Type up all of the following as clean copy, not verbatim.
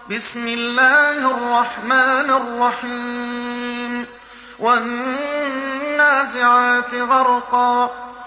بسم الله الرحمن الرحيم والنازعات غرقا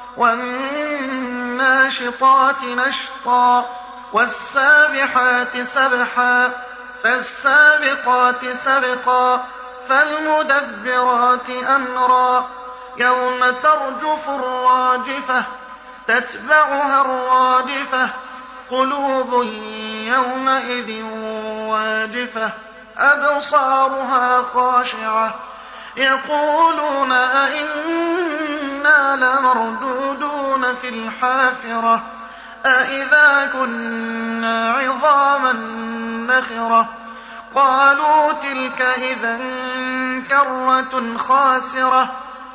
والناشطات نشطا والسابحات سبحا فالسابقات سبقا فالمدبرات أمرا يوم ترجف الراجفة تتبعها الرادفة قلوب يومئذ واجفة أبصارها خاشعة يقولون أئنا لمردودون في الحافرة أئذا كنا عظاما نخرة قالوا تلك إذا كرة خاسرة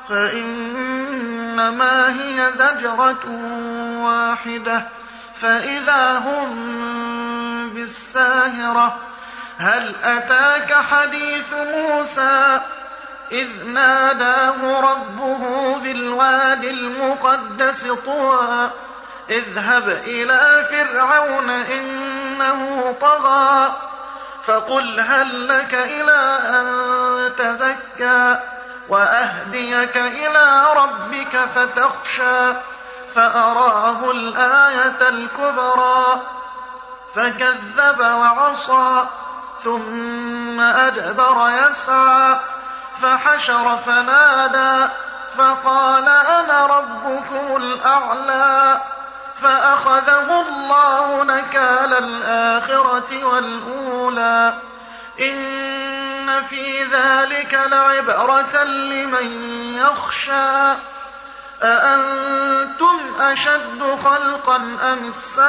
فإنما هي زجرة واحدة فإذا هم بالساهرة هل أتاك حديث موسى إذ ناداه ربه بالواد المقدس طوى اذهب إلى فرعون إنه طغى فقل هل لك إلى أن تزكى وأهديك إلى ربك فتخشى فأراه الآية الكبرى فكذب وعصى ثم أدبر يسعى فحشر فنادى فقال أنا ربكم الأعلى فأخذه الله نكال الآخرة والأولى إن في ذلك لعبرة لمن يخشى أأنتم أشد خلقا أم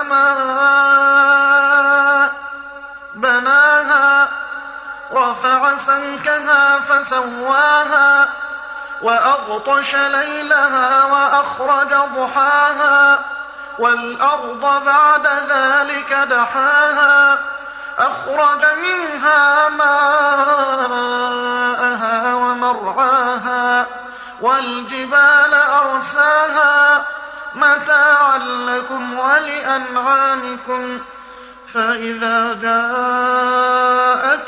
السماء بناها رفع سمكها فسواها وأغطش ليلها وأخرج ضحاها والأرض بعد ذلك دحاها أخرج منها ماءها ومرعاها والجبال أرساها متاعا لكم ولأنعامكم فإذا جاءت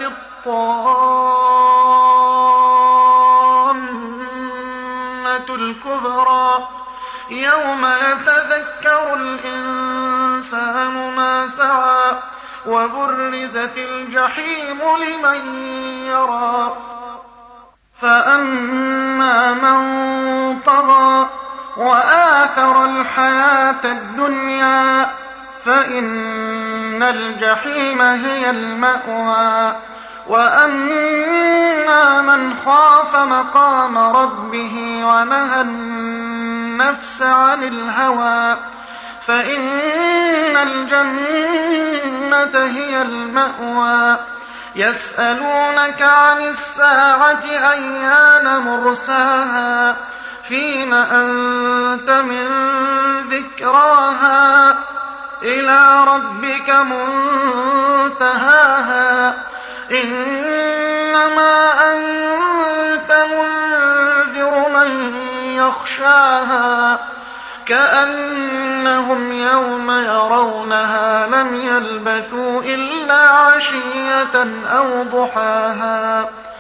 الطامة الكبرى يوم يتذكر الإنسان ما سعى وبرزت الجحيم لمن يرى فأما من طغى وآثر الحياة الدنيا فإن الجحيم هي المأوى وأما من خاف مقام ربه ونهى النفس عن الهوى فإن الجنة هي المأوى يسألونك عن الساعة أيان مرساها فيم أنت من ذكراها إلى ربك منتهاها إنما أنت منذر من يخشاها كأنهم يوم يرونها لم يلبثوا إلا عشية أو ضحاها